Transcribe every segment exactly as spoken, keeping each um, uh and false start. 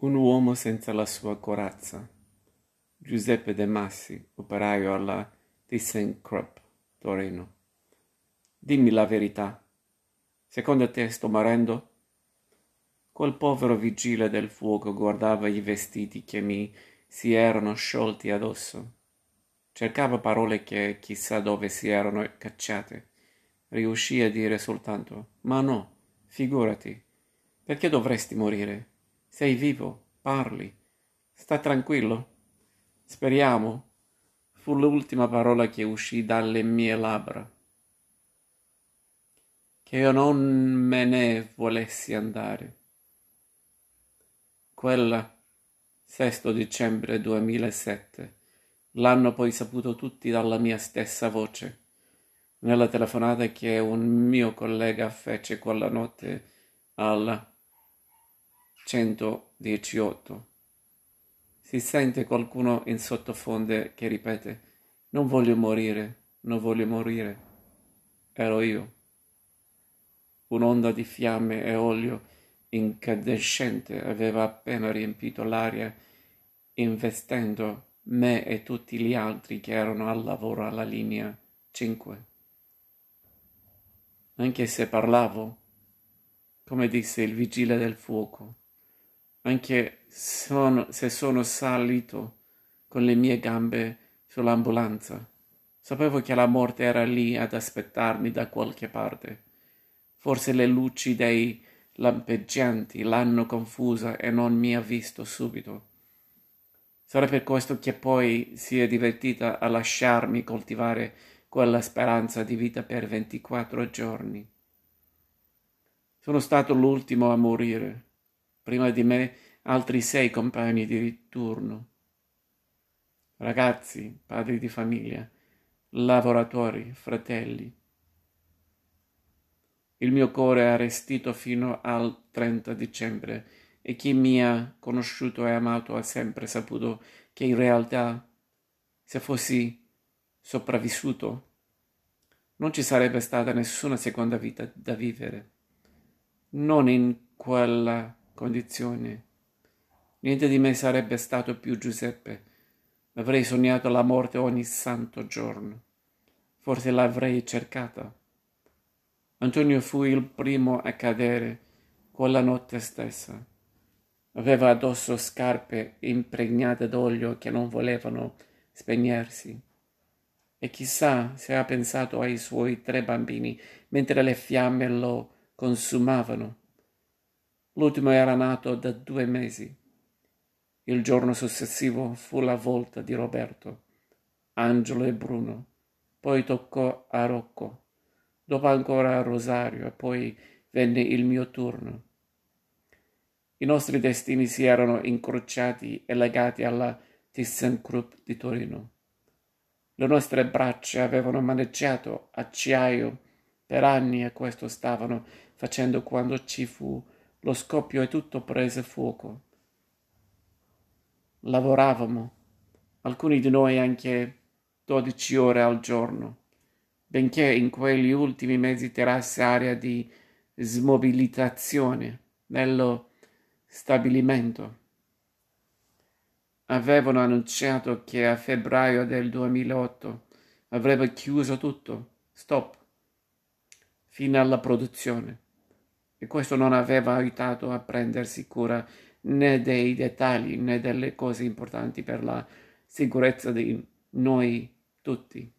Un uomo senza la sua corazza. Giuseppe De Massi, operaio alla ThyssenKrupp, Torino. Dimmi la verità. Secondo te sto morendo? Quel povero vigile del fuoco guardava i vestiti che mi si erano sciolti addosso. Cercava parole che chissà dove si erano cacciate. Riuscì a dire soltanto: Ma no, figurati. Perché dovresti morire? Sei vivo, parli. Sta tranquillo. Speriamo. Fu l'ultima parola che uscì dalle mie labbra. Che io non me ne volessi andare. Quella, sesto dicembre duemilasette. L'hanno poi saputo tutti dalla mia stessa voce, nella telefonata che un mio collega fece quella notte al centodiciotto. Si sente qualcuno in sottofondo che ripete: non voglio morire, non voglio morire. Ero io. Un'onda di fiamme e olio incandescente aveva appena riempito l'aria, investendo me e tutti gli altri che erano al lavoro alla linea cinque. Anche se parlavo, come disse il vigile del fuoco, anche sono, se sono salito con le mie gambe sull'ambulanza, sapevo che la morte era lì ad aspettarmi da qualche parte. Forse le luci dei lampeggianti l'hanno confusa e non mi ha visto subito. Sarà per questo che poi si è divertita a lasciarmi coltivare quella speranza di vita per ventiquattro giorni. Sono stato l'ultimo a morire. Prima di me altri sei compagni di turno. Ragazzi, padri di famiglia, lavoratori, fratelli. Il mio cuore è restito fino al trenta dicembre e chi mi ha conosciuto e amato ha sempre saputo che in realtà, se fossi sopravvissuto, non ci sarebbe stata nessuna seconda vita da vivere. Non in quella condizione. Niente di me sarebbe stato più Giuseppe. Avrei sognato la morte ogni santo giorno. Forse l'avrei cercata. Antonio fu il primo a cadere quella notte stessa. Aveva addosso scarpe impregnate d'olio che non volevano spegnersi. E chissà se ha pensato ai suoi tre bambini mentre le fiamme lo consumavano. L'ultimo era nato da due mesi. Il giorno successivo fu la volta di Roberto, Angelo e Bruno. Poi toccò a Rocco. Dopo ancora a Rosario e poi venne il mio turno. I nostri destini si erano incrociati e legati alla ThyssenKrupp di Torino. Le nostre braccia avevano maneggiato acciaio per anni e questo stavano facendo quando ci fu lo scoppio e tutto prese fuoco. Lavoravamo, alcuni di noi anche dodici ore al giorno, benché in quegli ultimi mesi tirasse aria di smobilitazione nello stabilimento. Avevano annunciato che a febbraio del duemilaotto avrebbe chiuso tutto, stop, fino alla produzione, e questo non aveva aiutato a prendersi cura né dei dettagli né delle cose importanti per la sicurezza di noi tutti.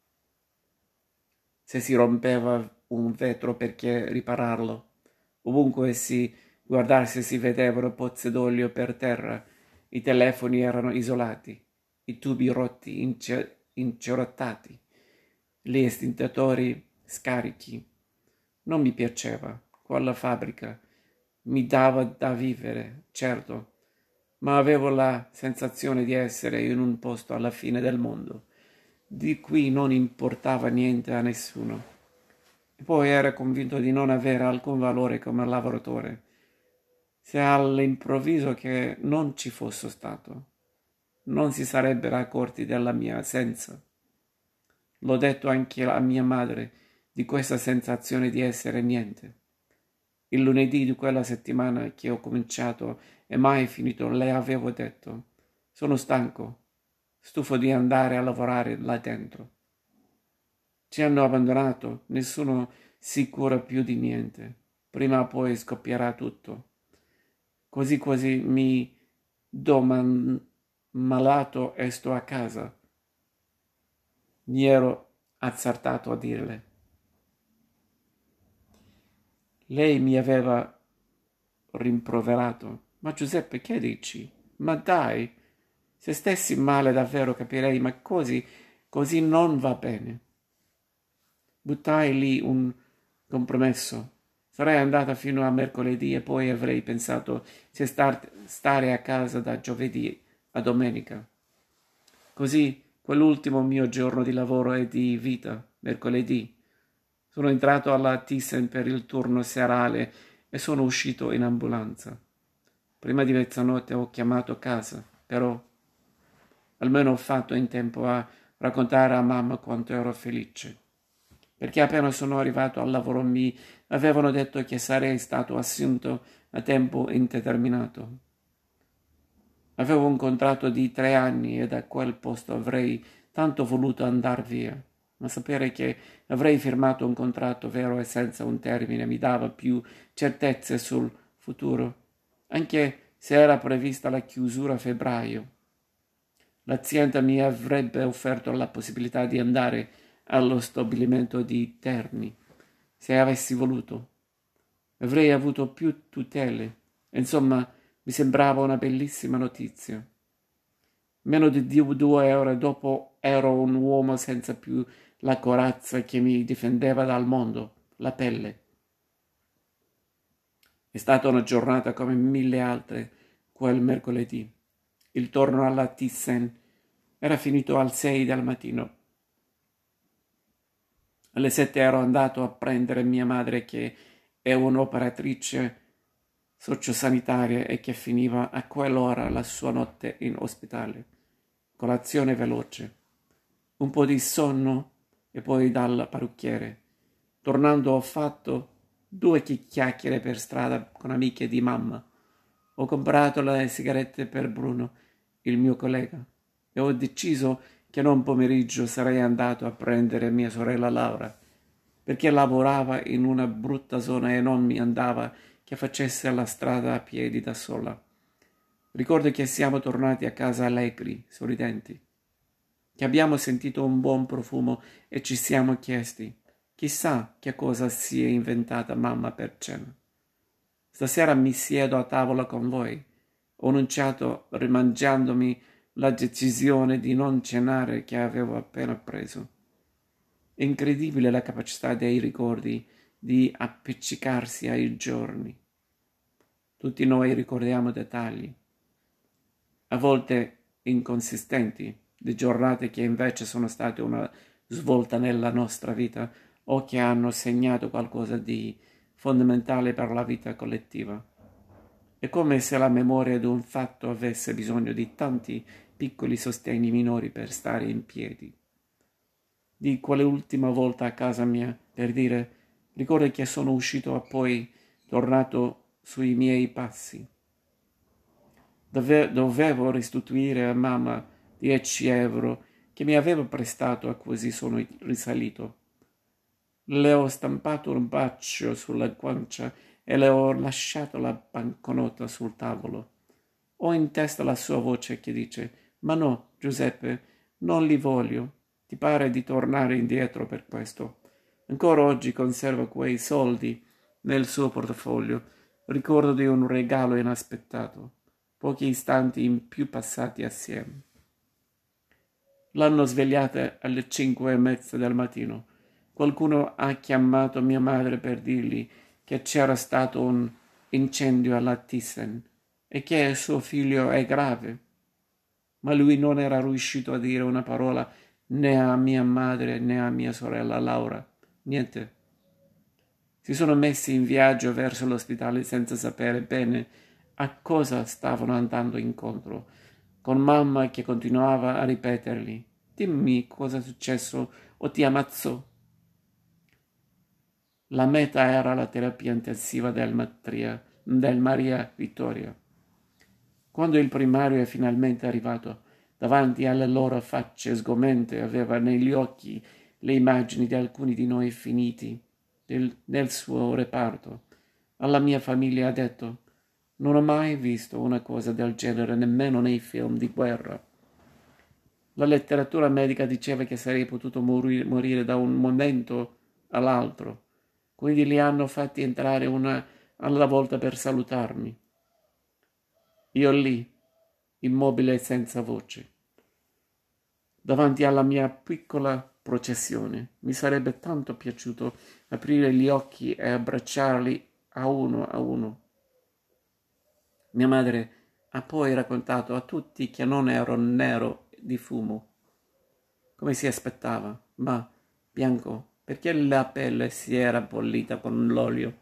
Se si rompeva un vetro, perché ripararlo? Ovunque si guardasse si vedevano pozze d'olio per terra, i telefoni erano isolati, i tubi rotti, ince- incerottati, gli estintatori scarichi. Non mi piaceva quella fabbrica. Mi dava da vivere, certo, ma avevo la sensazione di essere in un posto alla fine del mondo, di cui non importava niente a nessuno. E poi ero convinto di non avere alcun valore come lavoratore. Se all'improvviso che non ci fosse stato, non si sarebbero accorti della mia assenza. L'ho detto anche a mia madre di questa sensazione di essere niente. Il lunedì di quella settimana che ho cominciato e mai finito, le avevo detto: sono stanco, stufo di andare a lavorare là dentro. Ci hanno abbandonato, nessuno si cura più di niente. Prima o poi scoppierà tutto. Così quasi mi do man- malato e sto a casa. Mi ero azzardato a dirle. Lei mi aveva rimproverato. Ma Giuseppe, che dici? Ma dai, se stessi male davvero capirei, ma così, così non va bene. Buttai lì un compromesso. Sarei andata fino a mercoledì e poi avrei pensato se star- stare a casa da giovedì a domenica. Così quell'ultimo mio giorno di lavoro e di vita, mercoledì, sono entrato alla Thyssen per il turno serale e sono uscito in ambulanza. Prima di mezzanotte ho chiamato casa, però almeno ho fatto in tempo a raccontare a mamma quanto ero felice, perché appena sono arrivato al lavoro mi avevano detto che sarei stato assunto a tempo indeterminato. Avevo un contratto di tre anni e da quel posto avrei tanto voluto andar via, ma sapere che avrei firmato un contratto vero e senza un termine mi dava più certezze sul futuro, anche se era prevista la chiusura a febbraio. L'azienda mi avrebbe offerto la possibilità di andare allo stabilimento di Terni, se avessi voluto. Avrei avuto più tutele. Insomma, mi sembrava una bellissima notizia. Meno di due ore dopo ero un uomo senza più la corazza che mi difendeva dal mondo, la pelle. È stata una giornata come mille altre quel mercoledì. Il torno alla Thyssen era finito alle sei del mattino. Alle sette ero andato a prendere mia madre che è un'operatrice sociosanitaria e che finiva a quell'ora la sua notte in ospedale. Colazione veloce, un po' di sonno e poi dal parrucchiere. Tornando ho fatto due chiacchiere per strada con amiche di mamma. Ho comprato le sigarette per Bruno, il mio collega, e ho deciso che non pomeriggio sarei andato a prendere mia sorella Laura, perché lavorava in una brutta zona e non mi andava che facesse la strada a piedi da sola. Ricordo che siamo tornati a casa allegri, sorridenti, che abbiamo sentito un buon profumo e ci siamo chiesti: chissà che cosa si è inventata mamma per cena. Stasera mi siedo a tavola con voi. Ho annunciato, rimangiandomi la decisione di non cenare che avevo appena preso. È incredibile la capacità dei ricordi di appiccicarsi ai giorni. Tutti noi ricordiamo dettagli, a volte inconsistenti, di giornate che invece sono state una svolta nella nostra vita o che hanno segnato qualcosa di fondamentale per la vita collettiva. È come se la memoria di un fatto avesse bisogno di tanti piccoli sostegni minori per stare in piedi. Di quell'ultima volta a casa mia, per dire, ricordo che sono uscito e poi tornato sui miei passi. Dove- dovevo restituire a mamma dieci euro che mi aveva prestato e così sono risalito. Le ho stampato un bacio sulla guancia e le ho lasciato la banconota sul tavolo. Ho in testa la sua voce che dice: ma no, Giuseppe, non li voglio. Ti pare di tornare indietro per questo? Ancora oggi conserva quei soldi nel suo portafoglio, ricordo di un regalo inaspettato, pochi istanti in più passati assieme. L'hanno svegliata alle cinque e mezza del mattino. Qualcuno ha chiamato mia madre per dirgli che c'era stato un incendio alla Thyssen e che suo figlio è grave. Ma lui non era riuscito a dire una parola né a mia madre né a mia sorella Laura. Niente. Si sono messi in viaggio verso l'ospedale senza sapere bene a cosa stavano andando incontro, con mamma che continuava a ripetergli: dimmi cosa è successo o ti ammazzo. La meta era la terapia intensiva del, Matria, del Maria Vittoria. Quando il primario è finalmente arrivato, davanti alle loro facce sgomente aveva negli occhi le immagini di alcuni di noi finiti del, nel suo reparto. Alla mia famiglia ha detto: non ho mai visto una cosa del genere nemmeno nei film di guerra. La letteratura medica diceva che sarei potuto morire, morire da un momento all'altro, quindi li hanno fatti entrare una alla volta per salutarmi. Io lì, immobile e senza voce, davanti alla mia piccola processione. Mi sarebbe tanto piaciuto aprire gli occhi e abbracciarli a uno a uno. Mia madre ha poi raccontato a tutti che non ero nero di fumo, come si aspettava, ma bianco, perché la pelle si era bollita con l'olio.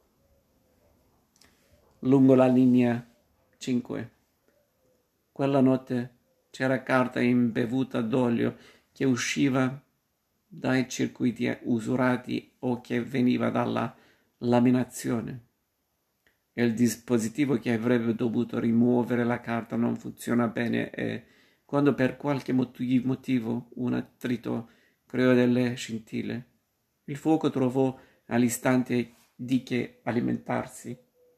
Lungo la linea cinque. Quella notte c'era carta imbevuta d'olio che usciva dai circuiti usurati o che veniva dalla laminazione. Il dispositivo che avrebbe dovuto rimuovere la carta non funziona bene e, quando per qualche motivo un attrito creò delle scintille, il fuoco trovò all'istante di che alimentarsi.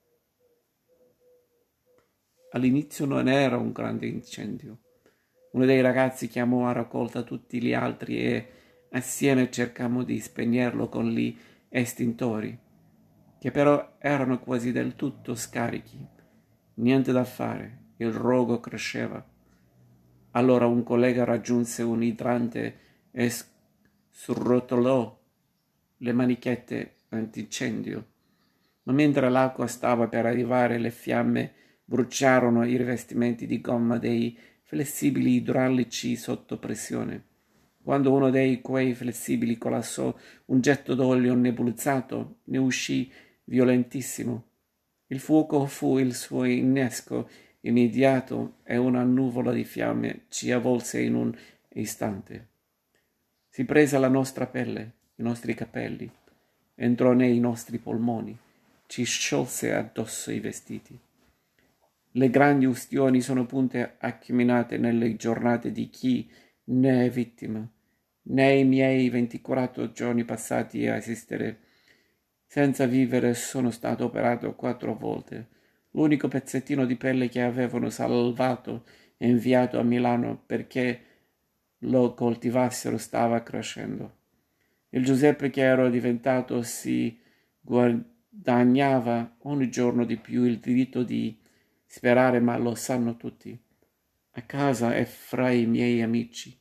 All'inizio non era un grande incendio. Uno dei ragazzi chiamò a raccolta tutti gli altri e assieme cercammo di spegnerlo con gli estintori, che però erano quasi del tutto scarichi. Niente da fare, il rogo cresceva. Allora un collega raggiunse un idrante e srotolò le manichette antincendio, ma mentre l'acqua stava per arrivare le fiamme bruciarono i rivestimenti di gomma dei flessibili idraulici sotto pressione. Quando uno dei quei flessibili collassò, un getto d'olio nebulizzato ne uscì violentissimo. Il fuoco fu il suo innesco immediato e una nuvola di fiamme ci avvolse in un istante. Si prese la nostra pelle, i nostri capelli, entrò nei nostri polmoni, ci sciolse addosso i vestiti. Le grandi ustioni sono punte accuminate nelle giornate di chi ne è vittima. Nei miei ventiquattro giorni passati a esistere senza vivere sono stato operato quattro volte. L'unico pezzettino di pelle che avevano salvato e inviato a Milano perché lo coltivassero stava crescendo. Il Giuseppe che ero diventato si guadagnava ogni giorno di più il diritto di sperare, ma lo sanno tutti, a casa e fra i miei amici.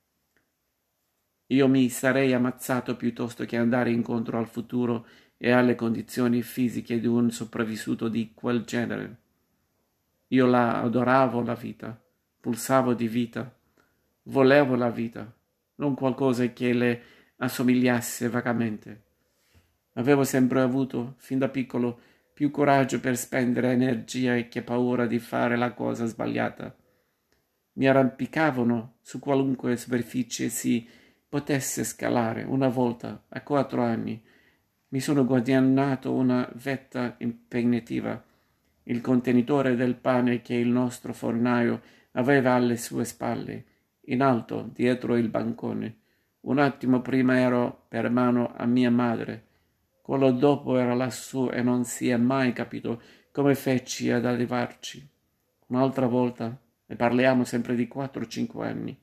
Io mi sarei ammazzato piuttosto che andare incontro al futuro e alle condizioni fisiche di un sopravvissuto di quel genere. Io la adoravo la vita, pulsavo di vita, volevo la vita, non qualcosa che le assomigliasse vagamente. Avevo sempre avuto, fin da piccolo, più coraggio per spendere energia che paura di fare la cosa sbagliata. Mi arrampicavano su qualunque superficie si potesse scalare. Una volta, a quattro anni, mi sono guadagnato una vetta impegnativa, il contenitore del pane che il nostro fornaio aveva alle sue spalle, in alto, dietro il bancone. Un attimo prima ero per mano a mia madre, quello dopo era lassù e non si è mai capito come feci ad arrivarci. Un'altra volta, e parliamo sempre di quattro o cinque anni,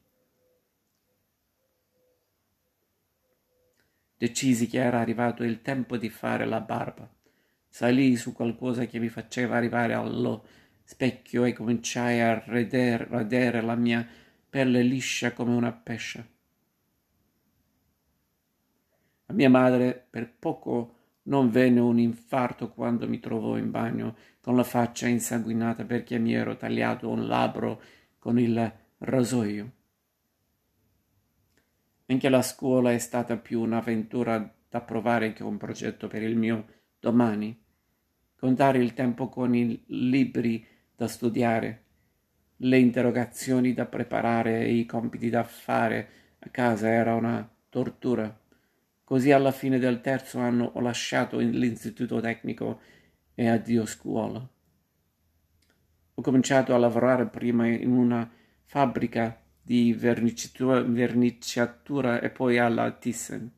decisi che era arrivato il tempo di fare la barba. Salii su qualcosa che mi faceva arrivare allo specchio e cominciai a vedere, vedere la mia pelle liscia come una pesce. A mia madre per poco non venne un infarto quando mi trovò in bagno con la faccia insanguinata perché mi ero tagliato un labbro con il rasoio. Anche la scuola è stata più un'avventura da provare che un progetto per il mio domani. Contare il tempo con i libri da studiare, le interrogazioni da preparare e i compiti da fare a casa era una tortura. Così alla fine del terzo anno ho lasciato l'istituto tecnico e addio scuola. Ho cominciato a lavorare prima in una fabbrica di verniciatura, verniciatura e poi alla Thyssen.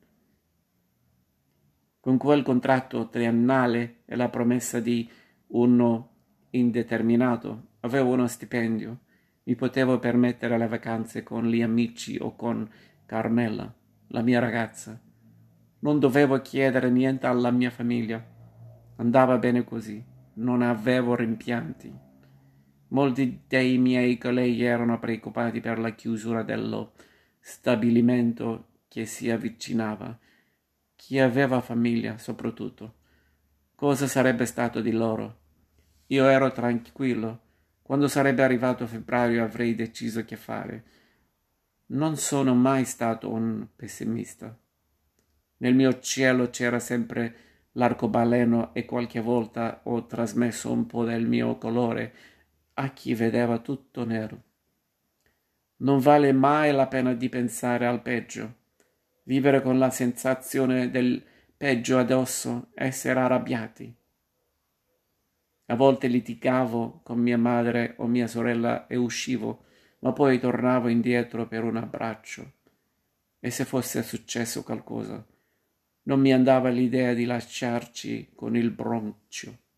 Con quel contratto triennale e la promessa di uno indeterminato, avevo uno stipendio. Mi potevo permettere le vacanze con gli amici o con Carmela, la mia ragazza. Non dovevo chiedere niente alla mia famiglia. Andava bene così. Non avevo rimpianti. Molti dei miei colleghi erano preoccupati per la chiusura dello stabilimento che si avvicinava. Chi aveva famiglia, soprattutto. Cosa sarebbe stato di loro? Io ero tranquillo. Quando sarebbe arrivato febbraio avrei deciso che fare. Non sono mai stato un pessimista. Nel mio cielo c'era sempre l'arcobaleno e qualche volta ho trasmesso un po' del mio colore a chi vedeva tutto nero. Non vale mai la pena di pensare al peggio. Vivere con la sensazione del peggio addosso, essere arrabbiati. A volte litigavo con mia madre o mia sorella e uscivo, ma poi tornavo indietro per un abbraccio. E se fosse successo qualcosa, non mi andava l'idea di lasciarci con il broncio.